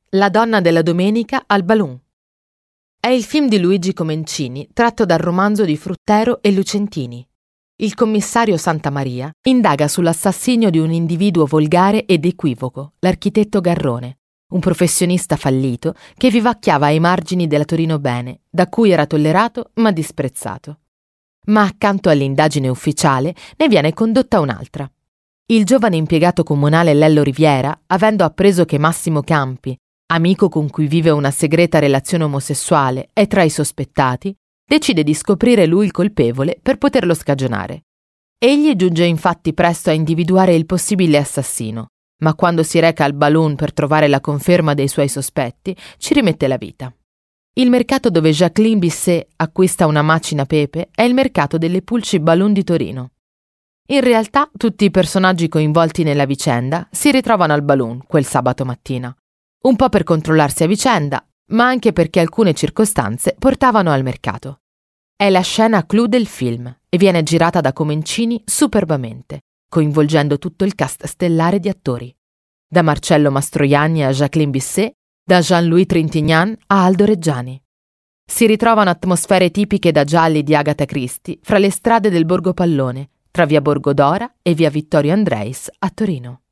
La donna della domenica al Balloon. È il film di Luigi Comencini tratto dal romanzo di Fruttero e Lucentini. Il commissario Santamaria indaga sull'assassinio di un individuo volgare ed equivoco, l'architetto Garrone, un professionista fallito che vivacchiava ai margini della Torino bene, da cui era tollerato ma disprezzato. Ma accanto all'indagine ufficiale ne viene condotta un'altra. Il giovane impiegato comunale Lello Riviera, avendo appreso che Massimo Campi, amico con cui vive una segreta relazione omosessuale, è tra i sospettati, decide di scoprire lui il colpevole per poterlo scagionare. Egli giunge infatti presto a individuare il possibile assassino, ma quando si reca al Balloon per trovare la conferma dei suoi sospetti, ci rimette la vita. Il mercato dove Jacqueline Bisset acquista una macina pepe è il mercato delle Pulci Balloon di Torino. In realtà tutti i personaggi coinvolti nella vicenda si ritrovano al Balloon quel sabato mattina. Un po' per controllarsi a vicenda, ma anche perché alcune circostanze portavano al mercato. È la scena clou del film e viene girata da Comencini superbamente, coinvolgendo tutto il cast stellare di attori. Da Marcello Mastroianni a Jacqueline Bisset, da Jean-Louis Trintignant a Aldo Reggiani. Si ritrovano atmosfere tipiche da gialli di Agatha Christie fra le strade del Borgo Pallone, tra via Borgodora e via Vittorio Andreis a Torino.